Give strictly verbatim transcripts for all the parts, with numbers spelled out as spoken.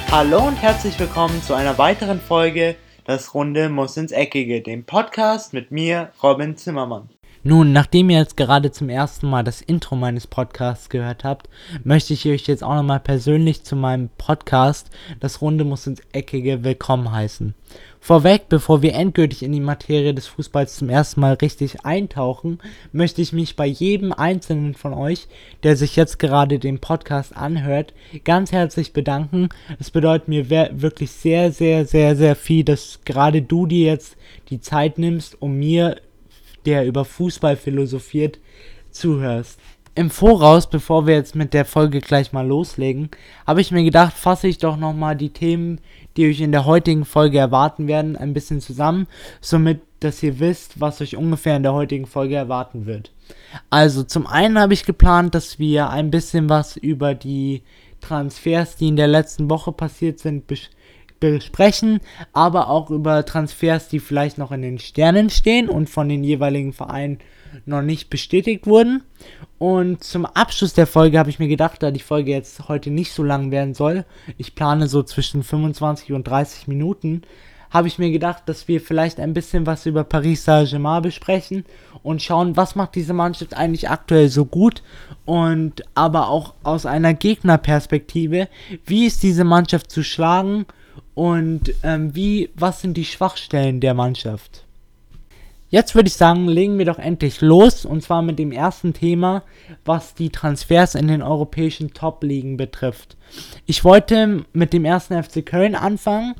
Hallo und herzlich willkommen zu einer weiteren Folge Das Runde muss ins Eckige, dem Podcast mit mir, Robin Zimmermann. Nun, nachdem ihr jetzt gerade zum ersten Mal das Intro meines Podcasts gehört habt, möchte ich euch jetzt auch nochmal persönlich zu meinem Podcast Das Runde muss ins Eckige willkommen heißen. Vorweg, bevor wir endgültig in die Materie des Fußballs zum ersten Mal richtig eintauchen, möchte ich mich bei jedem einzelnen von euch, der sich jetzt gerade den Podcast anhört, ganz herzlich bedanken. Es bedeutet mir wirklich sehr, sehr, sehr, sehr viel, dass gerade du dir jetzt die Zeit nimmst, um mir, der über Fußball philosophiert, zuhörst. Im Voraus, bevor wir jetzt mit der Folge gleich mal loslegen, habe ich mir gedacht, fasse ich doch nochmal die Themen, die euch in der heutigen Folge erwarten werden, ein bisschen zusammen, somit, dass ihr wisst, was euch ungefähr in der heutigen Folge erwarten wird. Also, zum einen habe ich geplant, dass wir ein bisschen was über die Transfers, die in der letzten Woche passiert sind, bes- besprechen, aber auch über Transfers, die vielleicht noch in den Sternen stehen und von den jeweiligen Vereinen noch nicht bestätigt wurden. Und zum Abschluss der Folge habe ich mir gedacht, da die Folge jetzt heute nicht so lang werden soll, ich plane so zwischen fünfundzwanzig und dreißig Minuten, habe ich mir gedacht, dass wir vielleicht ein bisschen was über Paris Saint-Germain besprechen und schauen, was macht diese Mannschaft eigentlich aktuell so gut, und aber auch aus einer Gegnerperspektive, wie ist diese Mannschaft zu schlagen und ähm, wie, was sind die Schwachstellen der Mannschaft. Jetzt würde ich sagen, legen wir doch endlich los, und zwar mit dem ersten Thema, was die Transfers in den europäischen Top-Ligen betrifft. Ich wollte mit dem ersten F C Köln anfangen,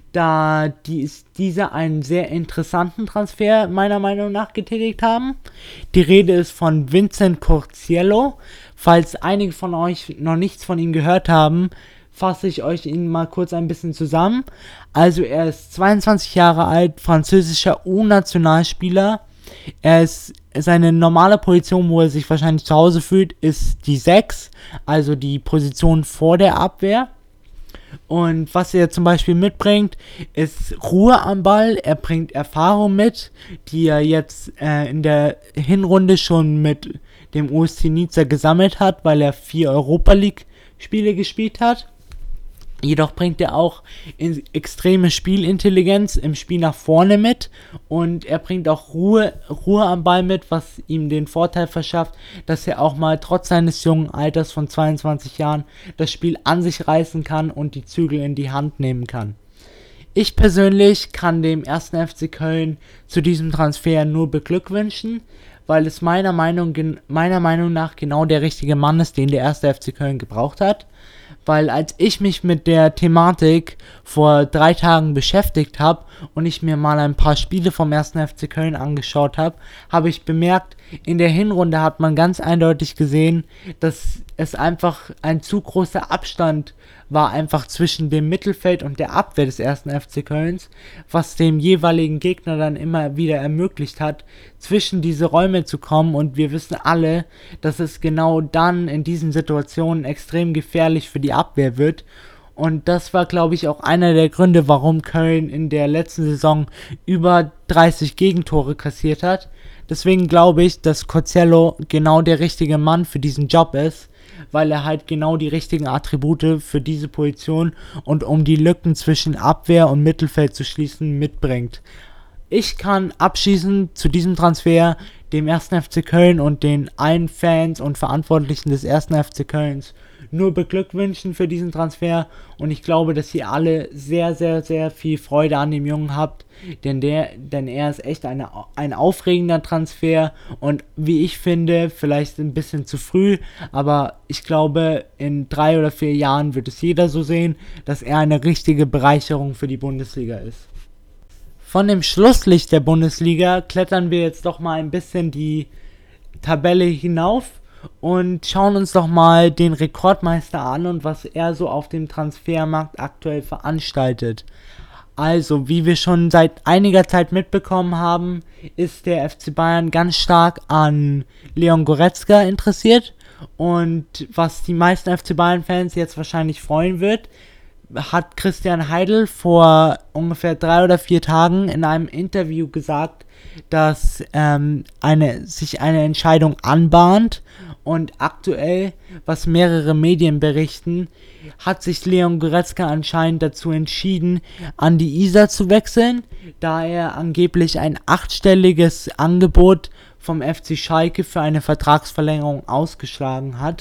da die, diese einen sehr interessanten Transfer meiner Meinung nach getätigt haben. Die Rede ist von Vincent Curciello. Falls einige von euch noch nichts von ihm gehört haben, fasse ich euch ihn mal kurz ein bisschen zusammen. Also er ist zweiundzwanzig Jahre alt, französischer U-Nationalspieler. Er ist, seine normale Position, wo er sich wahrscheinlich zu Hause fühlt, ist die sechs, also die Position vor der Abwehr. Und was er zum Beispiel mitbringt, ist Ruhe am Ball. Er bringt Erfahrung mit, die er jetzt äh, in der Hinrunde schon mit dem U S C Nizza gesammelt hat, weil er vier Europa League Spiele gespielt hat. Jedoch bringt er auch in extreme Spielintelligenz im Spiel nach vorne mit, und er bringt auch Ruhe, Ruhe am Ball mit, was ihm den Vorteil verschafft, dass er auch mal trotz seines jungen Alters von zweiundzwanzig Jahren das Spiel an sich reißen kann und die Zügel in die Hand nehmen kann. Ich persönlich kann dem ersten F C Köln zu diesem Transfer nur beglückwünschen, weil es meiner Meinung, meiner Meinung nach genau der richtige Mann ist, den der erste F C Köln gebraucht hat. Weil als ich mich mit der Thematik vor drei Tagen beschäftigt habe und ich mir mal ein paar Spiele vom ersten F C Köln angeschaut habe, habe ich bemerkt, in der Hinrunde hat man ganz eindeutig gesehen, dass es einfach ein zu großer Abstand war einfach zwischen dem Mittelfeld und der Abwehr des ersten F C Kölns, was dem jeweiligen Gegner dann immer wieder ermöglicht hat, zwischen diese Räume zu kommen, und wir wissen alle, dass es genau dann in diesen Situationen extrem gefährlich für die Abwehr wird. Und das war, glaube ich, auch einer der Gründe, warum Köln in der letzten Saison über dreißig Gegentore kassiert hat. Deswegen glaube ich, dass Curciello genau der richtige Mann für diesen Job ist, weil er halt genau die richtigen Attribute für diese Position und um die Lücken zwischen Abwehr und Mittelfeld zu schließen mitbringt. Ich kann abschließend zu diesem Transfer dem ersten F C Köln und den allen Fans und Verantwortlichen des ersten F C Kölns nur beglückwünschen für diesen Transfer, und ich glaube, dass ihr alle sehr, sehr, sehr viel Freude an dem Jungen habt, denn der, denn er ist echt eine, ein aufregender Transfer, und wie ich finde, vielleicht ein bisschen zu früh, aber ich glaube, in drei oder vier Jahren wird es jeder so sehen, dass er eine richtige Bereicherung für die Bundesliga ist. Von dem Schlusslicht der Bundesliga klettern wir jetzt doch mal ein bisschen die Tabelle hinauf und schauen uns doch mal den Rekordmeister an und was er so auf dem Transfermarkt aktuell veranstaltet. Also, wie wir schon seit einiger Zeit mitbekommen haben, ist der F C Bayern ganz stark an Leon Goretzka interessiert, und was die meisten F C Bayern-Fans jetzt wahrscheinlich freuen wird, hat Christian Heidel vor ungefähr drei oder vier Tagen in einem Interview gesagt, dass ähm, eine, sich eine Entscheidung anbahnt, Und aktuell, was mehrere Medien berichten, hat sich Leon Goretzka anscheinend dazu entschieden, an die Isar zu wechseln, da er angeblich ein achtstelliges Angebot vom F C Schalke für eine Vertragsverlängerung ausgeschlagen hat.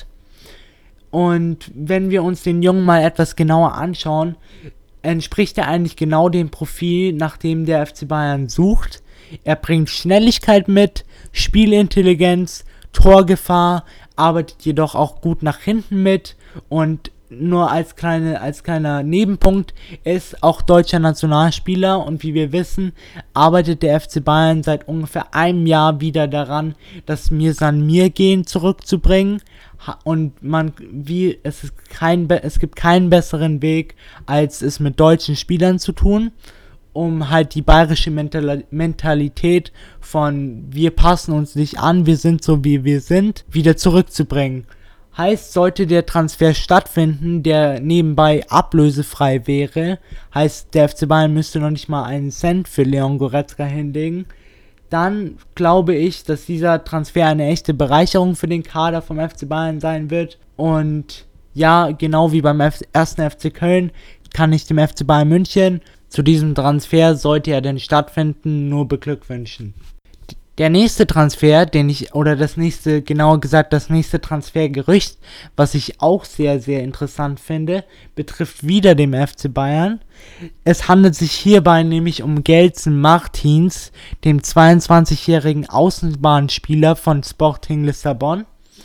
Und wenn wir uns den Jungen mal etwas genauer anschauen, entspricht er eigentlich genau dem Profil, nach dem der F C Bayern sucht. Er bringt Schnelligkeit mit, Spielintelligenz, Torgefahr, arbeitet jedoch auch gut nach hinten mit und nur als kleine, als kleiner Nebenpunkt, er ist auch deutscher Nationalspieler und wie wir wissen, arbeitet der F C Bayern seit ungefähr einem Jahr wieder daran, das Mirsan Mirgehen zurückzubringen und man, wie, es ist kein, es gibt keinen besseren Weg, als es mit deutschen Spielern zu tun, um halt die bayerische Mental- Mentalität von wir passen uns nicht an, wir sind so wie wir sind, wieder zurückzubringen. Heißt, sollte der Transfer stattfinden, der nebenbei ablösefrei wäre, heißt, der F C Bayern müsste noch nicht mal einen Cent für Leon Goretzka hinlegen, dann glaube ich, dass dieser Transfer eine echte Bereicherung für den Kader vom F C Bayern sein wird. Und ja, genau wie beim F- ersten F C Köln kann ich dem F C Bayern München zu diesem Transfer, sollte er denn stattfinden, nur beglückwünschen. Der nächste Transfer, den ich, oder das nächste, genauer gesagt das nächste Transfergerücht, was ich auch sehr, sehr interessant finde, betrifft wieder den F C Bayern. Es handelt sich hierbei nämlich um Gelson Martins, dem zweiundzwanzigjährigen Außenbahnspieler von Sporting Lissabon.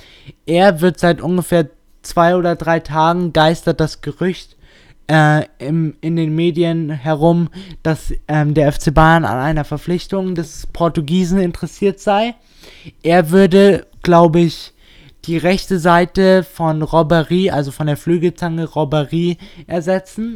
Er wird seit ungefähr zwei oder drei Tagen geistert das Gerücht Äh, im, in den Medien herum, dass ähm, der F C Bayern an einer Verpflichtung des Portugiesen interessiert sei. Er würde, glaube ich, die rechte Seite von Ribéry, also von der Flügelzange Ribéry, ersetzen.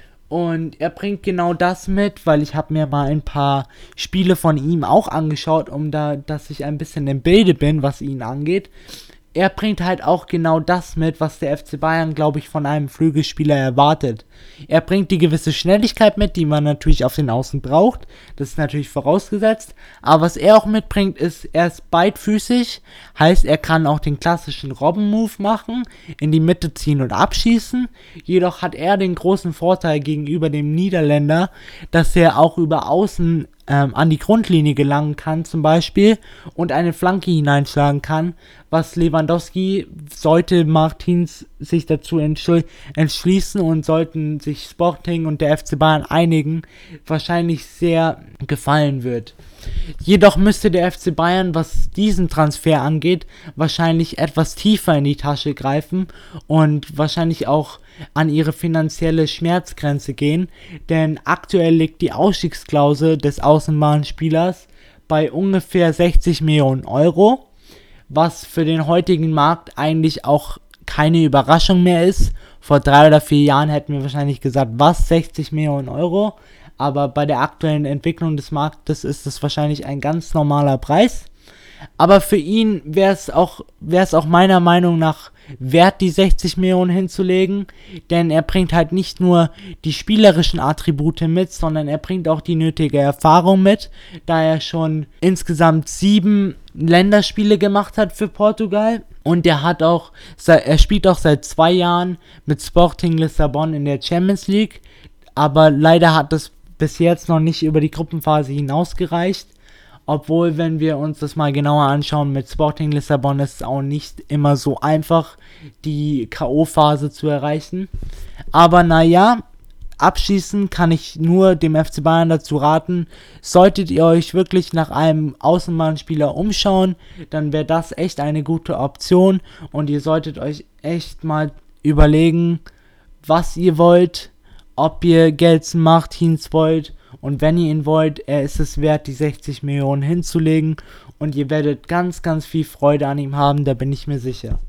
Und er bringt genau das mit, weil ich habe mir mal ein paar Spiele von ihm auch angeschaut, um da, dass ich ein bisschen im Bilde bin, was ihn angeht. Er bringt halt auch genau das mit, was der F C Bayern, glaube ich, von einem Flügelspieler erwartet. Er bringt die gewisse Schnelligkeit mit, die man natürlich auf den Außen braucht. Das ist natürlich vorausgesetzt. Aber was er auch mitbringt, ist, er ist beidfüßig. Heißt, er kann auch den klassischen Robben-Move machen, in die Mitte ziehen und abschießen. Jedoch hat er den großen Vorteil gegenüber dem Niederländer, dass er auch über Außen Ähm, an die Grundlinie gelangen kann zum Beispiel und eine Flanke hineinschlagen kann, was Lewandowski, sollte Martins sich dazu entschl- entschließen und sollten sich Sporting und der F C Bayern einigen, wahrscheinlich sehr gefallen wird. Jedoch müsste der F C Bayern, was diesen Transfer angeht, wahrscheinlich etwas tiefer in die Tasche greifen und wahrscheinlich auch an ihre finanzielle Schmerzgrenze gehen, denn aktuell liegt die Ausstiegsklausel des Außenbahnspielers bei ungefähr sechzig Millionen Euro, was für den heutigen Markt eigentlich auch keine Überraschung mehr ist. Vor drei oder vier Jahren hätten wir wahrscheinlich gesagt, was, sechzig Millionen Euro, aber bei der aktuellen Entwicklung des Marktes ist es wahrscheinlich ein ganz normaler Preis. Aber für ihn wäre es auch, wäre es auch meiner Meinung nach wert, die sechzig Millionen hinzulegen, denn er bringt halt nicht nur die spielerischen Attribute mit, sondern er bringt auch die nötige Erfahrung mit, da er schon insgesamt sieben Länderspiele gemacht hat für Portugal und er hat auch, er spielt auch seit zwei Jahren mit Sporting Lissabon in der Champions League, aber leider hat das bis jetzt noch nicht über die Gruppenphase hinaus gereicht. Obwohl, wenn wir uns das mal genauer anschauen, mit Sporting Lissabon ist es auch nicht immer so einfach, die K O-Phase zu erreichen. Aber naja, abschließend kann ich nur dem F C Bayern dazu raten, solltet ihr euch wirklich nach einem Außenbahnspieler umschauen, dann wäre das echt eine gute Option und ihr solltet euch echt mal überlegen, was ihr wollt, ob ihr Gelson Martins wollt. Und wenn ihr ihn wollt, er ist es wert, die sechzig Millionen hinzulegen. Und ihr werdet ganz, ganz viel Freude an ihm haben, da bin ich mir sicher.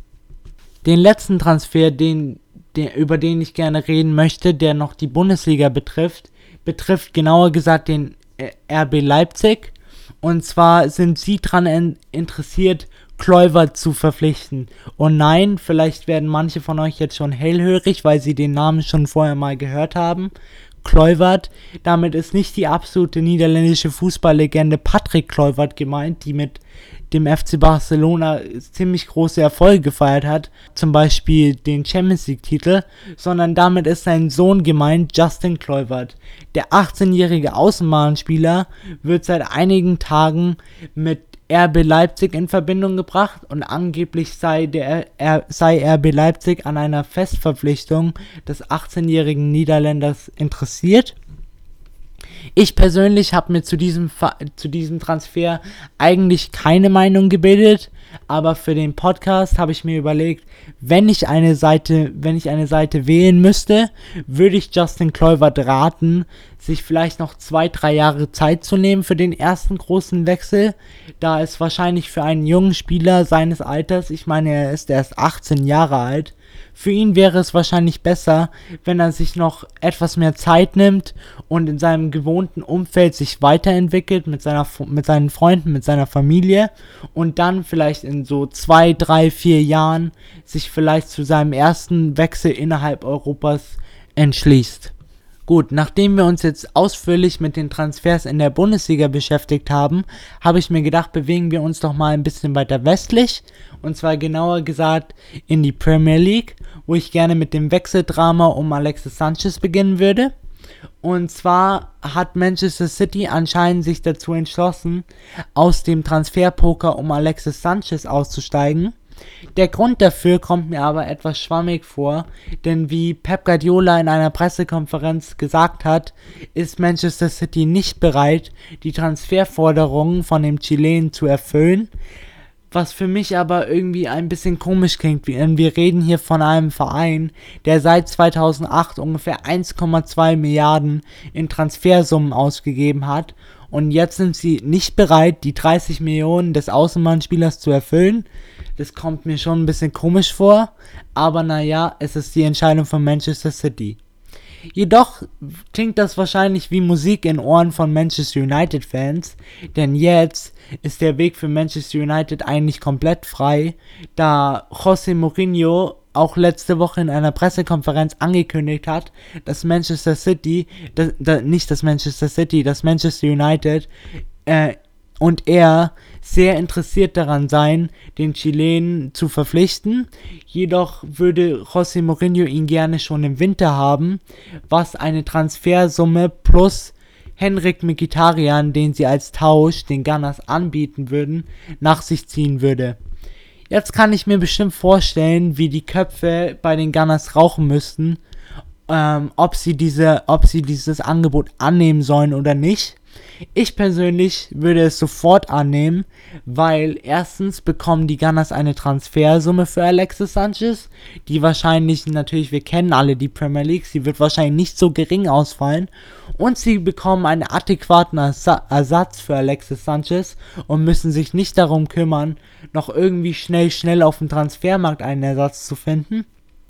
Den letzten Transfer, den, den, über den ich gerne reden möchte, der noch die Bundesliga betrifft, betrifft genauer gesagt den R B Leipzig. Und zwar sind sie daran interessiert, Kluivert zu verpflichten. Und nein, vielleicht werden manche von euch jetzt schon hellhörig, weil sie den Namen schon vorher mal gehört haben. Kluivert. Damit ist nicht die absolute niederländische Fußballlegende Patrick Kluivert gemeint, die mit dem F C Barcelona ziemlich große Erfolge gefeiert hat, zum Beispiel den Champions League Titel, sondern damit ist sein Sohn gemeint, Justin Kluivert. Der achtzehnjährige Außenbahnspieler wird seit einigen Tagen mit R B Leipzig in Verbindung gebracht und angeblich sei, der, er, sei R B Leipzig an einer Festverpflichtung des achtzehnjährigen Niederländers interessiert. Ich persönlich habe mir zu diesem, zu diesem Transfer eigentlich keine Meinung gebildet, aber für den Podcast habe ich mir überlegt, wenn ich eine Seite, wenn ich eine Seite wählen müsste, würde ich Justin Kluivert raten, sich vielleicht noch zwei, drei Jahre Zeit zu nehmen für den ersten großen Wechsel, da es wahrscheinlich für einen jungen Spieler seines Alters, ich meine, er ist erst achtzehn Jahre alt, für ihn wäre es wahrscheinlich besser, wenn er sich noch etwas mehr Zeit nimmt und in seinem gewohnten Umfeld sich weiterentwickelt mit seiner, mit seinen Freunden, mit seiner Familie und dann vielleicht in so zwei, drei, vier Jahren sich vielleicht zu seinem ersten Wechsel innerhalb Europas entschließt. Gut, nachdem wir uns jetzt ausführlich mit den Transfers in der Bundesliga beschäftigt haben, habe ich mir gedacht, bewegen wir uns doch mal ein bisschen weiter westlich, und zwar genauer gesagt in die Premier League, wo ich gerne mit dem Wechseldrama um Alexis Sanchez beginnen würde. Und zwar hat Manchester City anscheinend sich dazu entschlossen, aus dem Transferpoker um Alexis Sanchez auszusteigen. Der Grund dafür kommt mir aber etwas schwammig vor, denn wie Pep Guardiola in einer Pressekonferenz gesagt hat, ist Manchester City nicht bereit, die Transferforderungen von dem Chilen zu erfüllen, was für mich aber irgendwie ein bisschen komisch klingt. Wir reden hier von einem Verein, der seit zweitausendacht ungefähr eins Komma zwei Milliarden in Transfersummen ausgegeben hat und jetzt sind sie nicht bereit, die dreißig Millionen des Außenbahnspielers zu erfüllen. Das kommt mir schon ein bisschen komisch vor, aber naja, es ist die Entscheidung von Manchester City. Jedoch klingt das wahrscheinlich wie Musik in Ohren von Manchester United Fans, denn jetzt ist der Weg für Manchester United eigentlich komplett frei, da José Mourinho auch letzte Woche in einer Pressekonferenz angekündigt hat, dass Manchester City, das, das, nicht das Manchester City, das Manchester United äh, und er sehr interessiert daran sein, den Chilenen zu verpflichten. Jedoch würde José Mourinho ihn gerne schon im Winter haben, was eine Transfersumme plus Henrik Mkhitaryan, den sie als Tausch den Gunners anbieten würden, nach sich ziehen würde. Jetzt kann ich mir bestimmt vorstellen, wie die Köpfe bei den Gunners rauchen müssten, ähm, ob sie diese, ob sie dieses Angebot annehmen sollen oder nicht. Ich persönlich würde es sofort annehmen, weil erstens bekommen die Gunners eine Transfersumme für Alexis Sanchez, die wahrscheinlich, natürlich, wir kennen alle die Premier League, sie wird wahrscheinlich nicht so gering ausfallen, und sie bekommen einen adäquaten Ersatz für Alexis Sanchez und müssen sich nicht darum kümmern, noch irgendwie schnell, schnell auf dem Transfermarkt einen Ersatz zu finden.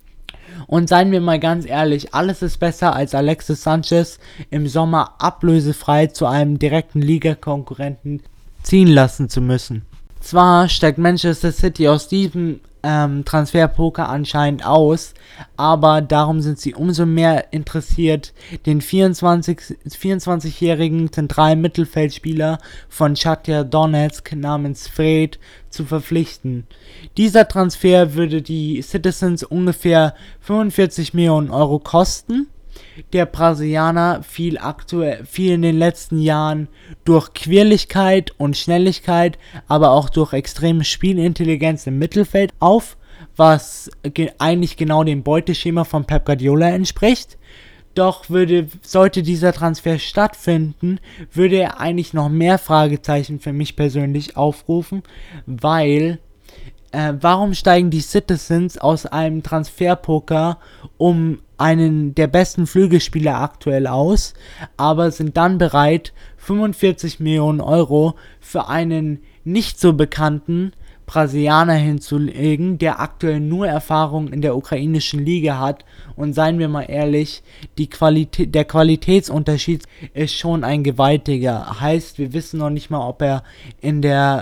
Und seien wir mal ganz ehrlich, alles ist besser als Alexis Sanchez im Sommer ablösefrei zu einem direkten Ligakonkurrenten ziehen lassen zu müssen. Zwar steigt Manchester City aus diesem ähm, Transferpoker anscheinend aus, aber darum sind sie umso mehr interessiert, den vierundzwanzig, vierundzwanzigjährigen zentralen Mittelfeldspieler von Shakhtar Donetsk namens Fred zu verpflichten. Dieser Transfer würde die Citizens ungefähr fünfundvierzig Millionen Euro kosten. Der Brasilianer fiel aktuell, fiel in den letzten Jahren durch Quirligkeit und Schnelligkeit, aber auch durch extreme Spielintelligenz im Mittelfeld auf, was ge- eigentlich genau dem Beuteschema von Pep Guardiola entspricht. Doch würde, sollte dieser Transfer stattfinden, würde er eigentlich noch mehr Fragezeichen für mich persönlich aufrufen, weil äh, warum steigen die Citizens aus einem Transferpoker um einen der besten Flügelspieler aktuell aus, aber sind dann bereit, fünfundvierzig Millionen Euro für einen nicht so bekannten Brasilianer hinzulegen, der aktuell nur Erfahrung in der ukrainischen Liga hat, und seien wir mal ehrlich, die Qualität, der Qualitätsunterschied ist schon ein gewaltiger. Heißt, wir wissen noch nicht mal, ob er in der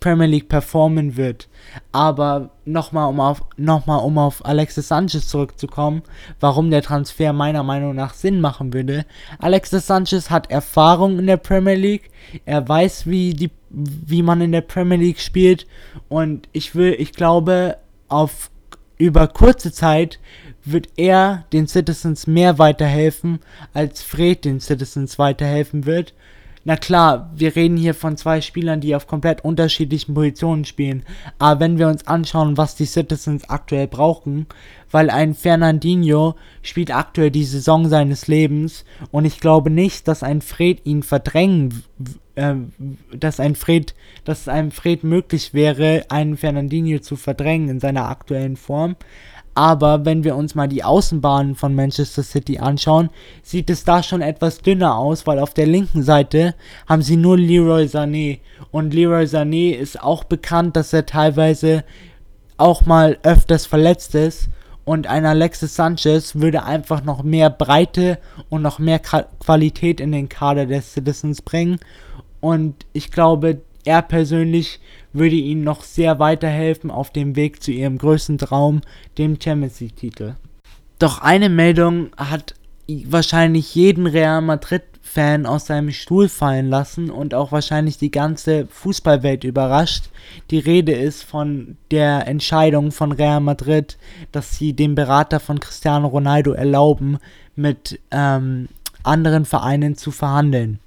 Premier League performen wird. Aber nochmal um auf, nochmal um auf Alexis Sanchez zurückzukommen, warum der Transfer meiner Meinung nach Sinn machen würde. Alexis Sanchez hat Erfahrung in der Premier League, er weiß, wie, die, wie man in der Premier League spielt und ich will, ich glaube, auf über kurze Zeit wird er den Citizens mehr weiterhelfen, als Fred den Citizens weiterhelfen wird. Na klar, wir reden hier von zwei Spielern, die auf komplett unterschiedlichen Positionen spielen. Aber wenn wir uns anschauen, was die Citizens aktuell brauchen, weil ein Fernandinho spielt aktuell die Saison seines Lebens und ich glaube nicht, dass ein Fred ihn verdrängen, äh, dass ein Fred, dass es einem Fred möglich wäre, einen Fernandinho zu verdrängen in seiner aktuellen Form. Aber wenn wir uns mal die Außenbahnen von Manchester City anschauen, sieht es da schon etwas dünner aus, weil auf der linken Seite haben sie nur Leroy Sané. Und Leroy Sané ist auch bekannt, dass er teilweise auch mal öfters verletzt ist. Und ein Alexis Sanchez würde einfach noch mehr Breite und noch mehr Qualität in den Kader der Citizens bringen. Und ich glaube, er persönlich würde ihnen noch sehr weiterhelfen auf dem Weg zu ihrem größten Traum, dem Champions League-Titel. Doch eine Meldung hat wahrscheinlich jeden Real Madrid-Fan aus seinem Stuhl fallen lassen und auch wahrscheinlich die ganze Fußballwelt überrascht. Die Rede ist von der Entscheidung von Real Madrid, dass sie dem Berater von Cristiano Ronaldo erlauben, mit ähm, anderen Vereinen zu verhandeln.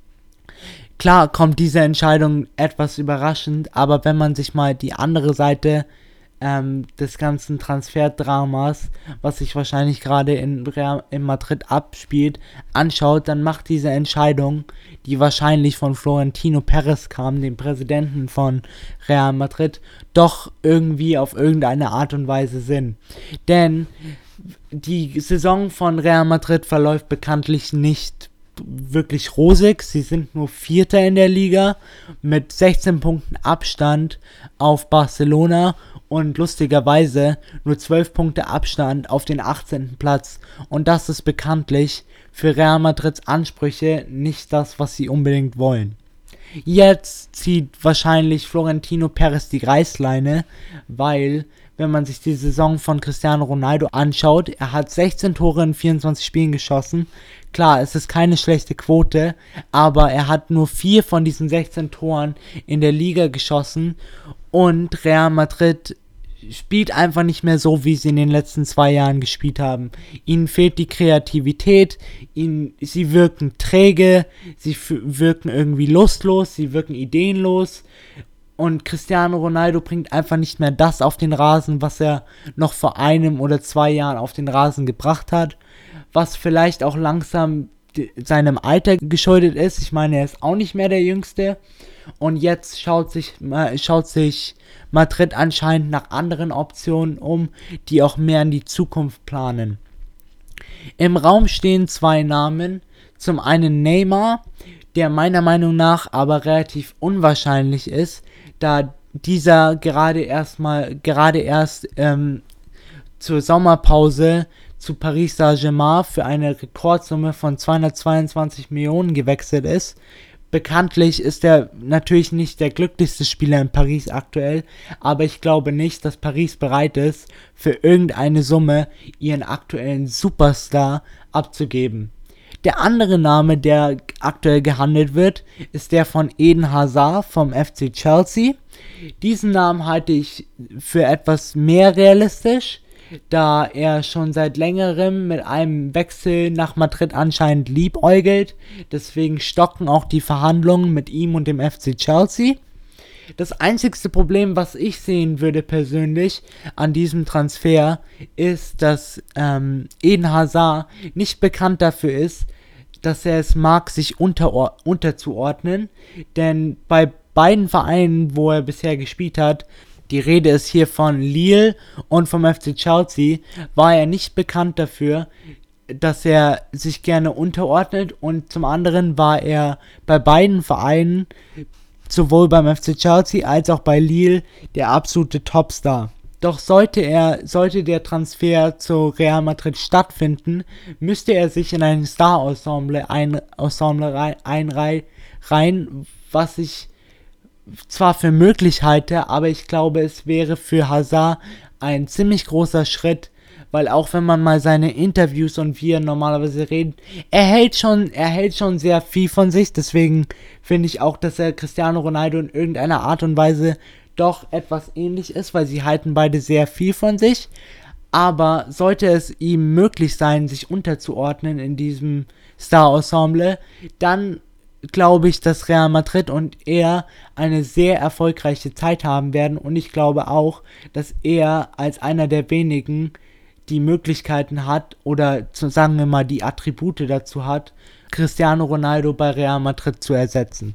Klar kommt diese Entscheidung etwas überraschend, aber wenn man sich mal die andere Seite ähm, des ganzen Transferdramas, was sich wahrscheinlich gerade in, in Madrid abspielt, anschaut, dann macht diese Entscheidung, die wahrscheinlich von Florentino Perez kam, dem Präsidenten von Real Madrid, doch irgendwie auf irgendeine Art und Weise Sinn. Denn die Saison von Real Madrid verläuft bekanntlich nicht wirklich rosig. Sie sind nur Vierter in der Liga mit sechzehn Punkten Abstand auf Barcelona und lustigerweise nur zwölf Punkte Abstand auf den achtzehnten Platz. Und das ist bekanntlich für Real Madrids Ansprüche nicht das, was sie unbedingt wollen. Jetzt zieht wahrscheinlich Florentino Perez die Reißleine, weil, wenn man sich die Saison von Cristiano Ronaldo anschaut, er hat sechzehn Tore in vierundzwanzig Spielen geschossen. Klar, es ist keine schlechte Quote, aber er hat nur vier von diesen sechzehn Toren in der Liga geschossen und Real Madrid spielt einfach nicht mehr so, wie sie in den letzten zwei Jahren gespielt haben. Ihnen fehlt die Kreativität, ihnen, sie wirken träge, sie f- wirken irgendwie lustlos, sie wirken ideenlos und Cristiano Ronaldo bringt einfach nicht mehr das auf den Rasen, was er noch vor einem oder zwei Jahren auf den Rasen gebracht hat, was vielleicht auch langsam d- seinem Alter geschuldet ist. Ich meine, er ist auch nicht mehr der Jüngste. Und jetzt schaut sich, äh, schaut sich Madrid anscheinend nach anderen Optionen um, die auch mehr in die Zukunft planen. Im Raum stehen zwei Namen. Zum einen Neymar, der meiner Meinung nach aber relativ unwahrscheinlich ist, da dieser gerade erstmal, gerade erst ähm, zur Sommerpause zu Paris Saint-Germain für eine Rekordsumme von zweihundertzweiundzwanzig Millionen gewechselt ist. Bekanntlich ist er natürlich nicht der glücklichste Spieler in Paris aktuell, aber ich glaube nicht, dass Paris bereit ist, für irgendeine Summe ihren aktuellen Superstar abzugeben. Der andere Name, der aktuell gehandelt wird, ist der von Eden Hazard vom F C Chelsea. Diesen Namen halte ich für etwas mehr realistisch, da er schon seit längerem mit einem Wechsel nach Madrid anscheinend liebäugelt. Deswegen stocken auch die Verhandlungen mit ihm und dem F C Chelsea. Das einzigste Problem, was ich sehen würde persönlich an diesem Transfer, ist, dass ähm, Eden Hazard nicht bekannt dafür ist, dass er es mag, sich unter, unterzuordnen. Denn bei beiden Vereinen, wo er bisher gespielt hat, die Rede ist hier von Lille und vom F C Chelsea, war er nicht bekannt dafür, dass er sich gerne unterordnet, und zum anderen war er bei beiden Vereinen, sowohl beim F C Chelsea als auch bei Lille, der absolute Topstar. Doch sollte er, sollte der Transfer zu Real Madrid stattfinden, müsste er sich in ein Star-Ensemble ein, Ensemble rein, einreihen, was ich zwar für möglich halte, aber ich glaube, es wäre für Hazard ein ziemlich großer Schritt, weil auch wenn man mal seine Interviews und wie er normalerweise redet, er hält schon, er hält schon sehr viel von sich, deswegen finde ich auch, dass er Cristiano Ronaldo in irgendeiner Art und Weise doch etwas ähnlich ist, weil sie halten beide sehr viel von sich, aber sollte es ihm möglich sein, sich unterzuordnen in diesem Star-Ensemble, dann glaube ich, dass Real Madrid und er eine sehr erfolgreiche Zeit haben werden und ich glaube auch, dass er als einer der wenigen die Möglichkeiten hat oder zu, sagen wir mal die Attribute dazu hat, Cristiano Ronaldo bei Real Madrid zu ersetzen.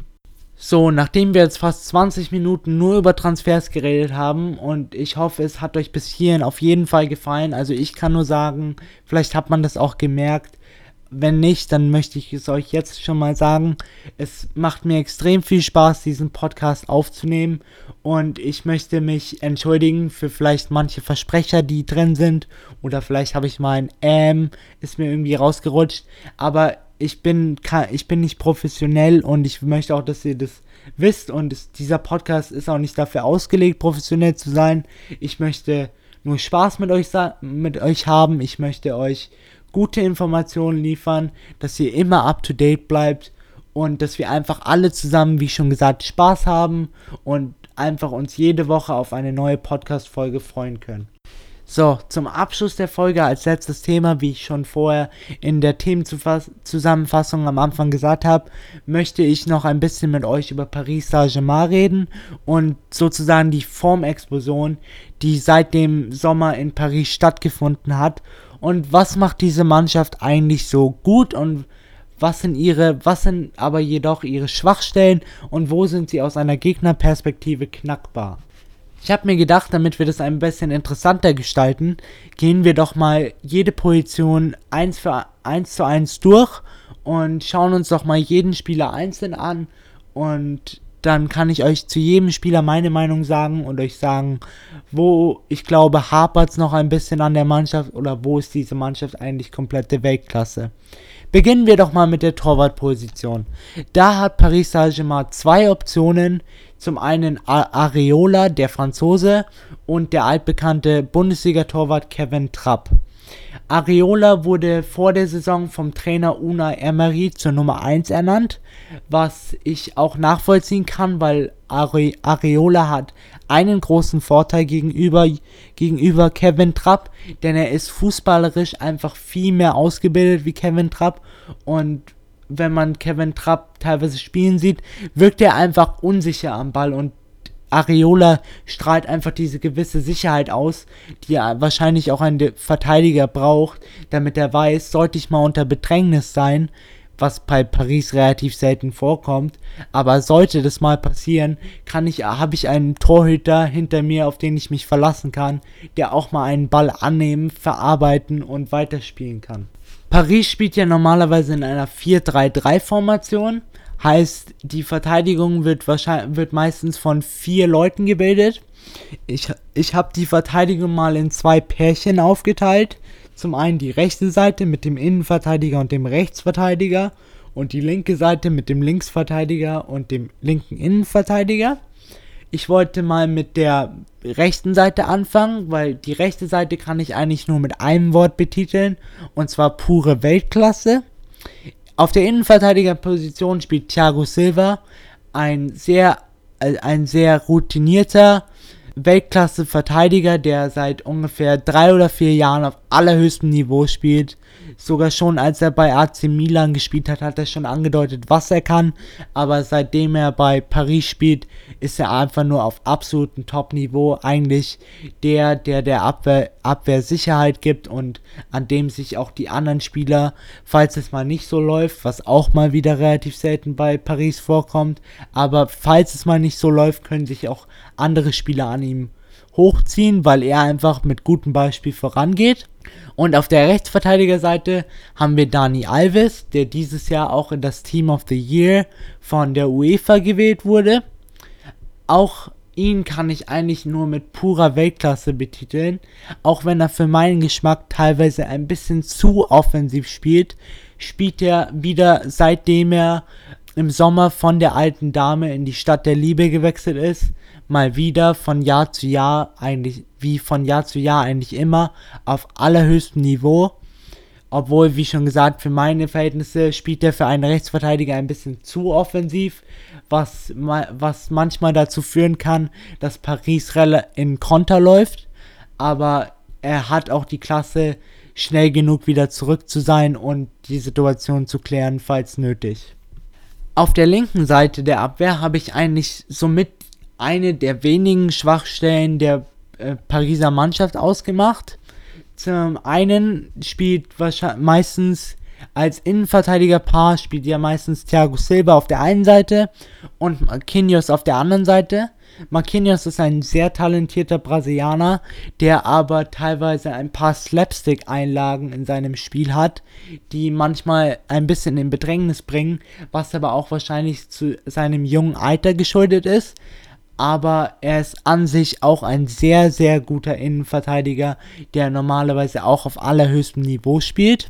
So, nachdem wir jetzt fast zwanzig Minuten nur über Transfers geredet haben und ich hoffe, es hat euch bis hierhin auf jeden Fall gefallen, also ich kann nur sagen, vielleicht hat man das auch gemerkt, wenn nicht, dann möchte ich es euch jetzt schon mal sagen, es macht mir extrem viel Spaß, diesen Podcast aufzunehmen und ich möchte mich entschuldigen für vielleicht manche Versprecher, die drin sind oder vielleicht habe ich mal ein Ähm, ist mir irgendwie rausgerutscht, aber ich bin, ich bin nicht professionell und ich möchte auch, dass ihr das wisst und es, dieser Podcast ist auch nicht dafür ausgelegt, professionell zu sein. Ich möchte nur Spaß mit euch, mit euch haben, ich möchte euch gute Informationen liefern, dass ihr immer up to date bleibt und dass wir einfach alle zusammen, wie schon gesagt, Spaß haben und einfach uns jede Woche auf eine neue Podcast-Folge freuen können. So, zum Abschluss der Folge als letztes Thema, wie ich schon vorher in der Themenzusammenfassung am Anfang gesagt habe, möchte ich noch ein bisschen mit euch über Paris Saint-Germain reden und sozusagen die Formexplosion, die seit dem Sommer in Paris stattgefunden hat. Und was macht diese Mannschaft eigentlich so gut und was sind ihre, was sind aber jedoch ihre Schwachstellen und wo sind sie aus einer Gegnerperspektive knackbar? Ich habe mir gedacht, damit wir das ein bisschen interessanter gestalten, gehen wir doch mal jede Position eins für eins zu eins durch und schauen uns doch mal jeden Spieler einzeln an und dann kann ich euch zu jedem Spieler meine Meinung sagen und euch sagen, wo ich glaube, hapert es noch ein bisschen an der Mannschaft oder wo ist diese Mannschaft eigentlich komplette Weltklasse. Beginnen wir doch mal mit der Torwartposition. Da hat Paris Saint-Germain zwei Optionen. Zum einen Areola, der Franzose, und der altbekannte Bundesliga-Torwart Kevin Trapp. Areola wurde vor der Saison vom Trainer Unai Emery zur Nummer eins ernannt, was ich auch nachvollziehen kann, weil Are- Areola hat einen großen Vorteil gegenüber, gegenüber Kevin Trapp, denn er ist fußballerisch einfach viel mehr ausgebildet wie Kevin Trapp und wenn man Kevin Trapp teilweise spielen sieht, wirkt er einfach unsicher am Ball und Areola strahlt einfach diese gewisse Sicherheit aus, die er wahrscheinlich auch ein Verteidiger braucht, damit er weiß, sollte ich mal unter Bedrängnis sein, was bei Paris relativ selten vorkommt, aber sollte das mal passieren, kann ich, habe ich einen Torhüter hinter mir, auf den ich mich verlassen kann, der auch mal einen Ball annehmen, verarbeiten und weiterspielen kann. Paris spielt ja normalerweise in einer vier drei drei Formation, heißt die Verteidigung wird wahrscheinlich wird meistens von vier Leuten gebildet. Ich, ich habe die Verteidigung mal in zwei Pärchen aufgeteilt. Zum einen die rechte Seite mit dem Innenverteidiger und dem Rechtsverteidiger und die linke Seite mit dem Linksverteidiger und dem linken Innenverteidiger. Ich wollte mal mit der rechten Seite anfangen, weil die rechte Seite kann ich eigentlich nur mit einem Wort betiteln, und zwar pure Weltklasse. Auf der Innenverteidigerposition spielt Thiago Silva, ein sehr, äh, ein sehr routinierter Weltklasse-Verteidiger, der seit ungefähr drei oder vier Jahren auf allerhöchstem Niveau spielt. Sogar schon als er bei A C Milan gespielt hat, hat er schon angedeutet, was er kann. Aber seitdem er bei Paris spielt, ist er einfach nur auf absolutem Top-Niveau. Eigentlich der, der der Abwehr, Abwehr Sicherheit gibt und an dem sich auch die anderen Spieler, falls es mal nicht so läuft, was auch mal wieder relativ selten bei Paris vorkommt, aber falls es mal nicht so läuft, können sich auch andere Spieler an ihm hochziehen, weil er einfach mit gutem Beispiel vorangeht. Und auf der Rechtsverteidigerseite haben wir Dani Alves, der dieses Jahr auch in das Team of the Year von der UEFA gewählt wurde. Auch ihn kann ich eigentlich nur mit purer Weltklasse betiteln, auch wenn er für meinen Geschmack teilweise ein bisschen zu offensiv spielt, spielt er wieder, seitdem er im Sommer von der alten Dame in die Stadt der Liebe gewechselt ist, mal wieder von Jahr zu Jahr, eigentlich wie von Jahr zu Jahr eigentlich immer, auf allerhöchstem Niveau. Obwohl, wie schon gesagt, für meine Verhältnisse spielt er für einen Rechtsverteidiger ein bisschen zu offensiv, was, was manchmal dazu führen kann, dass Paris in Konter läuft. Aber er hat auch die Klasse, schnell genug wieder zurück zu sein und die Situation zu klären, falls nötig. Auf der linken Seite der Abwehr habe ich eigentlich somit eine der wenigen Schwachstellen der äh, Pariser Mannschaft ausgemacht. Zum einen spielt wahrscheinlich meistens als Innenverteidigerpaar spielt ja meistens Thiago Silva auf der einen Seite und Marquinhos auf der anderen Seite. Marquinhos ist ein sehr talentierter Brasilianer, der aber teilweise ein paar Slapstick-Einlagen in seinem Spiel hat, die manchmal ein bisschen in Bedrängnis bringen, was aber auch wahrscheinlich zu seinem jungen Alter geschuldet ist. Aber er ist an sich auch ein sehr, sehr guter Innenverteidiger, der normalerweise auch auf allerhöchstem Niveau spielt.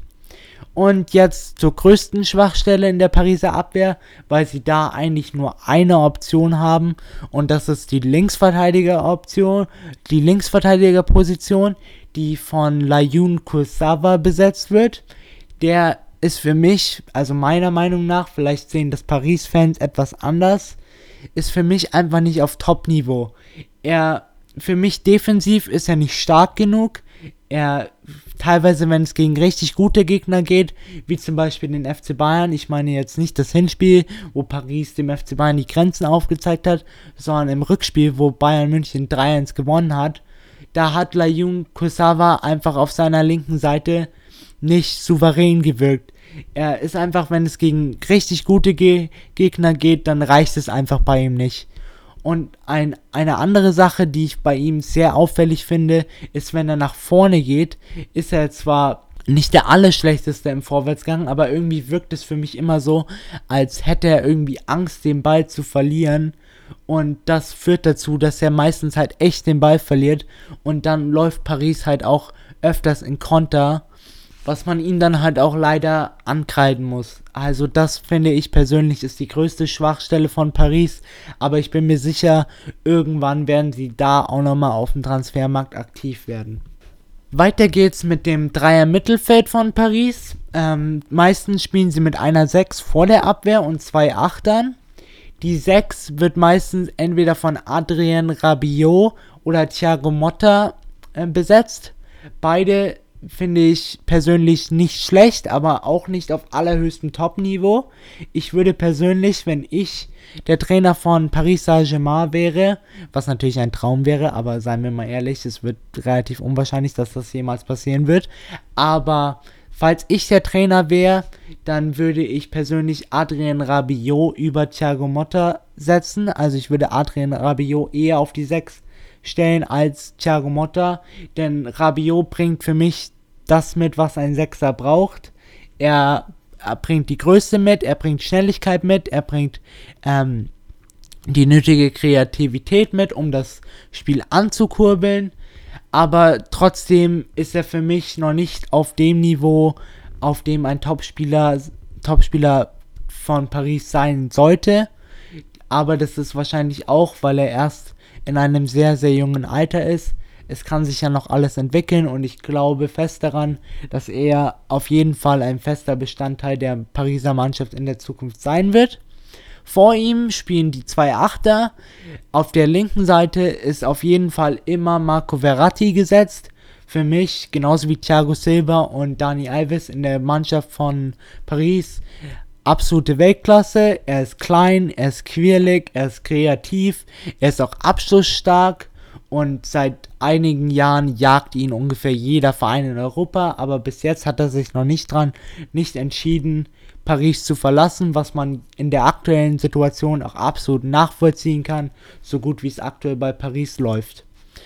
Und jetzt zur größten Schwachstelle in der Pariser Abwehr, weil sie da eigentlich nur eine Option haben und das ist die Linksverteidiger-Option, die Linksverteidigerposition, die von Layun Kurzawa besetzt wird. Der ist für mich, also meiner Meinung nach, vielleicht sehen das Paris-Fans etwas anders, ist für mich einfach nicht auf Top-Niveau. Er, für mich defensiv ist er nicht stark genug. Er, teilweise, wenn es gegen richtig gute Gegner geht, wie zum Beispiel den F C Bayern, ich meine jetzt nicht das Hinspiel, wo Paris dem F C Bayern die Grenzen aufgezeigt hat, sondern im Rückspiel, wo Bayern München drei eins gewonnen hat, da hat Layun Kurzawa einfach auf seiner linken Seite nicht souverän gewirkt. Er ist einfach, wenn es gegen richtig gute Ge- Gegner geht, dann reicht es einfach bei ihm nicht. Und ein, eine andere Sache, die ich bei ihm sehr auffällig finde, ist, wenn er nach vorne geht, ist er zwar nicht der Allerschlechteste im Vorwärtsgang, aber irgendwie wirkt es für mich immer so, als hätte er irgendwie Angst, den Ball zu verlieren. Und das führt dazu, dass er meistens halt echt den Ball verliert. Und dann läuft Paris halt auch öfters in Konter, was man ihm dann halt auch leider ankreiden muss. Also das finde ich persönlich ist die größte Schwachstelle von Paris, aber ich bin mir sicher, irgendwann werden sie da auch nochmal auf dem Transfermarkt aktiv werden. Weiter geht's mit dem Dreier-Mittelfeld von Paris. Ähm, meistens spielen sie mit einer sechs vor der Abwehr und zwei Achtern. Die sechs wird meistens entweder von Adrien Rabiot oder Thiago Motta äh, besetzt. Beide finde ich persönlich nicht schlecht, aber auch nicht auf allerhöchstem Top-Niveau. Ich würde persönlich, wenn ich der Trainer von Paris Saint-Germain wäre, was natürlich ein Traum wäre, aber seien wir mal ehrlich, es wird relativ unwahrscheinlich, dass das jemals passieren wird. Aber falls ich der Trainer wäre, dann würde ich persönlich Adrien Rabiot über Thiago Motta setzen. Also ich würde Adrien Rabiot eher auf die sechs stellen als Thiago Motta, denn Rabiot bringt für mich das mit, was ein Sechser braucht. Er, er bringt die Größe mit, er bringt Schnelligkeit mit, er bringt ähm, die nötige Kreativität mit, um das Spiel anzukurbeln, aber trotzdem ist er für mich noch nicht auf dem Niveau, auf dem ein Topspieler, Topspieler von Paris sein sollte, aber das ist wahrscheinlich auch, weil er erst in einem sehr, sehr jungen Alter ist. Es kann sich ja noch alles entwickeln und ich glaube fest daran, dass er auf jeden Fall ein fester Bestandteil der Pariser Mannschaft in der Zukunft sein wird. Vor ihm spielen die zwei Achter. Auf der linken Seite ist auf jeden Fall immer Marco Verratti gesetzt. Für mich, genauso wie Thiago Silva und Dani Alves in der Mannschaft von Paris, absolute Weltklasse. Er ist klein, er ist quirlig, er ist kreativ, er ist auch abschlussstark und seit einigen Jahren jagt ihn ungefähr jeder Verein in Europa, aber bis jetzt hat er sich noch nicht dran, nicht entschieden, Paris zu verlassen, was man in der aktuellen Situation auch absolut nachvollziehen kann, so gut wie es aktuell bei Paris läuft.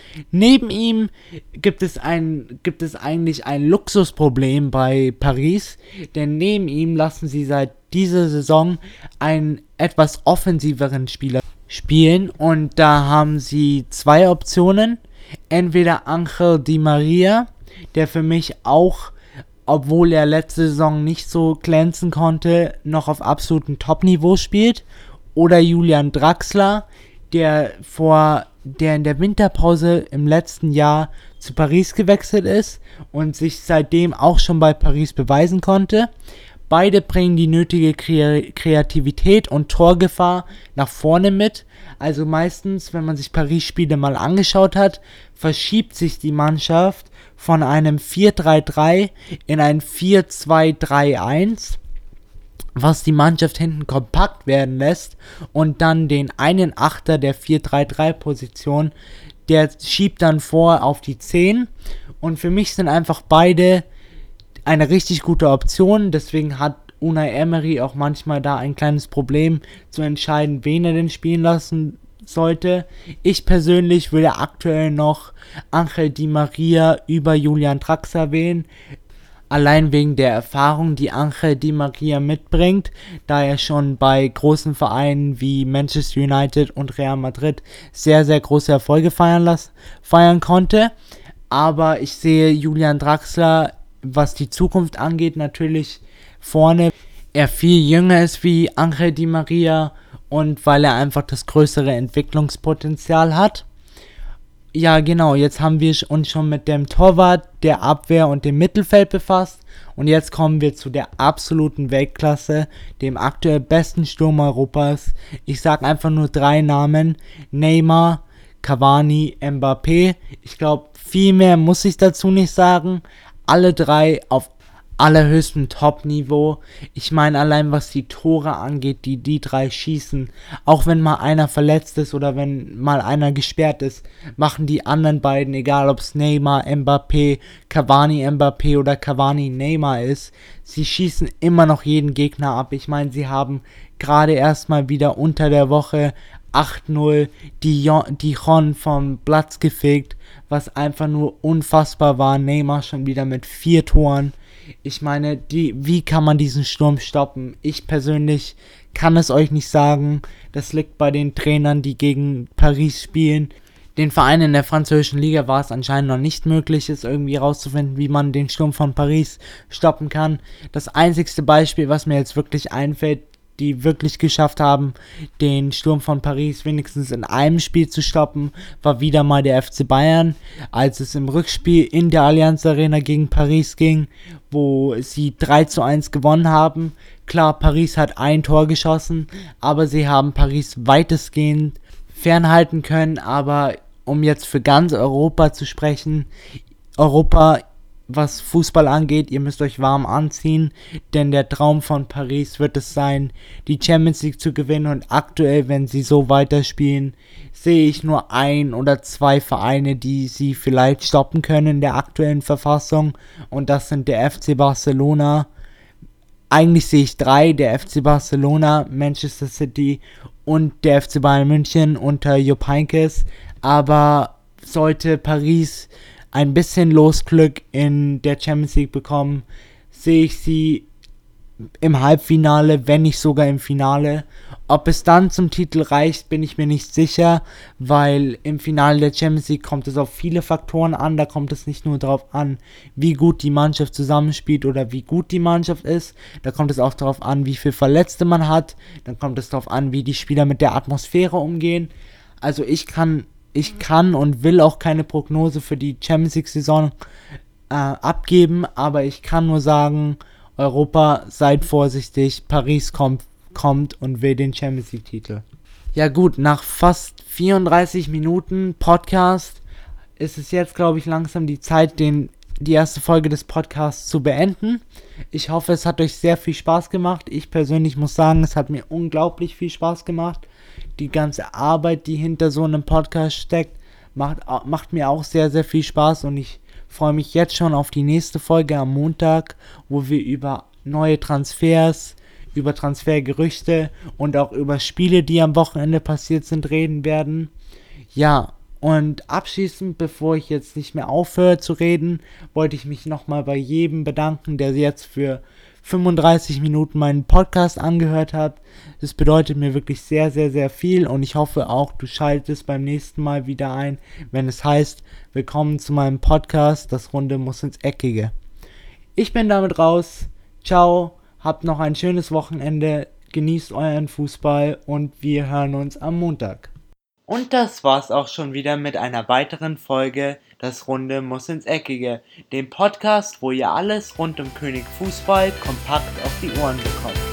Neben ihm gibt es ein, gibt es eigentlich ein Luxusproblem bei Paris, denn neben ihm lassen sie seit dieser Saison einen etwas offensiveren Spieler spielen und da haben sie zwei Optionen, entweder Angel Di Maria, der für mich auch obwohl er letzte Saison nicht so glänzen konnte, noch auf absolutem Top-Niveau spielt. Oder Julian Draxler, der vor der in der Winterpause im letzten Jahr zu Paris gewechselt ist und sich seitdem auch schon bei Paris beweisen konnte. Beide bringen die nötige Kre- Kreativität und Torgefahr nach vorne mit. Also meistens, wenn man sich Paris-Spiele mal angeschaut hat, verschiebt sich die Mannschaft von einem vier drei drei in ein vier zwei drei eins, was die Mannschaft hinten kompakt werden lässt und dann den einen Achter der vier drei drei Position, der schiebt dann vor auf die zehn. Und für mich sind einfach beide eine richtig gute Option, deswegen hat Unai Emery auch manchmal da ein kleines Problem zu entscheiden, wen er denn spielen lassen sollte. Ich persönlich würde aktuell noch Ángel Di María über Julian Draxler wählen, allein wegen der Erfahrung, die Ángel Di María mitbringt, da er schon bei großen Vereinen wie Manchester United und Real Madrid sehr, sehr große Erfolge feiern, lassen, feiern konnte. Aber ich sehe Julian Draxler, was die Zukunft angeht, natürlich vorne. Er viel jünger ist wie Ángel Di María und weil er einfach das größere Entwicklungspotenzial hat. Ja, genau, jetzt haben wir uns schon mit dem Torwart, der Abwehr und dem Mittelfeld befasst. Und jetzt kommen wir zu der absoluten Weltklasse, dem aktuell besten Sturm Europas. Ich sage einfach nur drei Namen: Neymar, Cavani, Mbappé. Ich glaube, viel mehr muss ich dazu nicht sagen. Alle drei auf allerhöchstem Top-Niveau. Ich meine, allein was die Tore angeht, die die drei schießen, auch wenn mal einer verletzt ist oder wenn mal einer gesperrt ist, machen die anderen beiden, egal ob es Neymar, Mbappé, Cavani, Mbappé oder Cavani, Neymar ist, sie schießen immer noch jeden Gegner ab. Ich meine, sie haben gerade erstmal wieder unter der Woche acht null Dijon vom Platz gefegt, was einfach nur unfassbar war. Neymar schon wieder mit vier Toren. Ich meine, die, wie kann man diesen Sturm stoppen? Ich persönlich kann es euch nicht sagen. Das liegt bei den Trainern, die gegen Paris spielen. Den Vereinen in der französischen Liga war es anscheinend noch nicht möglich, es irgendwie herauszufinden, wie man den Sturm von Paris stoppen kann. Das einzigste Beispiel, was mir jetzt wirklich einfällt, die wirklich geschafft haben, den Sturm von Paris wenigstens in einem Spiel zu stoppen, war wieder mal der F C Bayern, als es im Rückspiel in der Allianz Arena gegen Paris ging, wo sie drei zu eins gewonnen haben. Klar, Paris hat ein Tor geschossen, aber sie haben Paris weitestgehend fernhalten können. Aber um jetzt für ganz Europa zu sprechen, Europa, was Fußball angeht, ihr müsst euch warm anziehen, denn der Traum von Paris wird es sein, die Champions League zu gewinnen. Und aktuell, wenn sie so weiterspielen, sehe ich nur ein oder zwei Vereine, die sie vielleicht stoppen können in der aktuellen Verfassung, und das sind der F C Barcelona. Eigentlich sehe ich drei: der F C Barcelona, Manchester City und der F C Bayern München unter Jupp Heynckes. Aber sollte Paris ein bisschen Losglück in der Champions League bekommen, sehe ich sie im Halbfinale, wenn nicht sogar im Finale. Ob es dann zum Titel reicht, bin ich mir nicht sicher, weil im Finale der Champions League kommt es auf viele Faktoren an. Da kommt es nicht nur darauf an, wie gut die Mannschaft zusammenspielt oder wie gut die Mannschaft ist. Da kommt es auch darauf an, wie viele Verletzte man hat. Dann kommt es darauf an, wie die Spieler mit der Atmosphäre umgehen. Also ich kann Ich kann und will auch keine Prognose für die Champions League-Saison äh, abgeben, aber ich kann nur sagen, Europa, seid vorsichtig, Paris kommt, kommt und will den Champions League-Titel. Ja gut, nach fast vierunddreißig Minuten Podcast ist es jetzt, glaube ich, langsam die Zeit, den, die erste Folge des Podcasts zu beenden. Ich hoffe, es hat euch sehr viel Spaß gemacht. Ich persönlich muss sagen, es hat mir unglaublich viel Spaß gemacht. Die ganze Arbeit, die hinter so einem Podcast steckt, macht, macht mir auch sehr, sehr viel Spaß, und ich freue mich jetzt schon auf die nächste Folge am Montag, wo wir über neue Transfers, über Transfergerüchte und auch über Spiele, die am Wochenende passiert sind, reden werden. Ja, und abschließend, bevor ich jetzt nicht mehr aufhöre zu reden, wollte ich mich nochmal bei jedem bedanken, der jetzt für fünfunddreißig Minuten meinen Podcast angehört hat. Das bedeutet mir wirklich sehr, sehr, sehr viel, und ich hoffe auch, du schaltest beim nächsten Mal wieder ein, wenn es heißt, willkommen zu meinem Podcast, das Runde muss ins Eckige. Ich bin damit raus. Ciao, habt noch ein schönes Wochenende, genießt euren Fußball und wir hören uns am Montag. Und das war's auch schon wieder mit einer weiteren Folge Das Runde muss ins Eckige, dem Podcast, wo ihr alles rund um König Fußball kompakt auf die Ohren bekommt.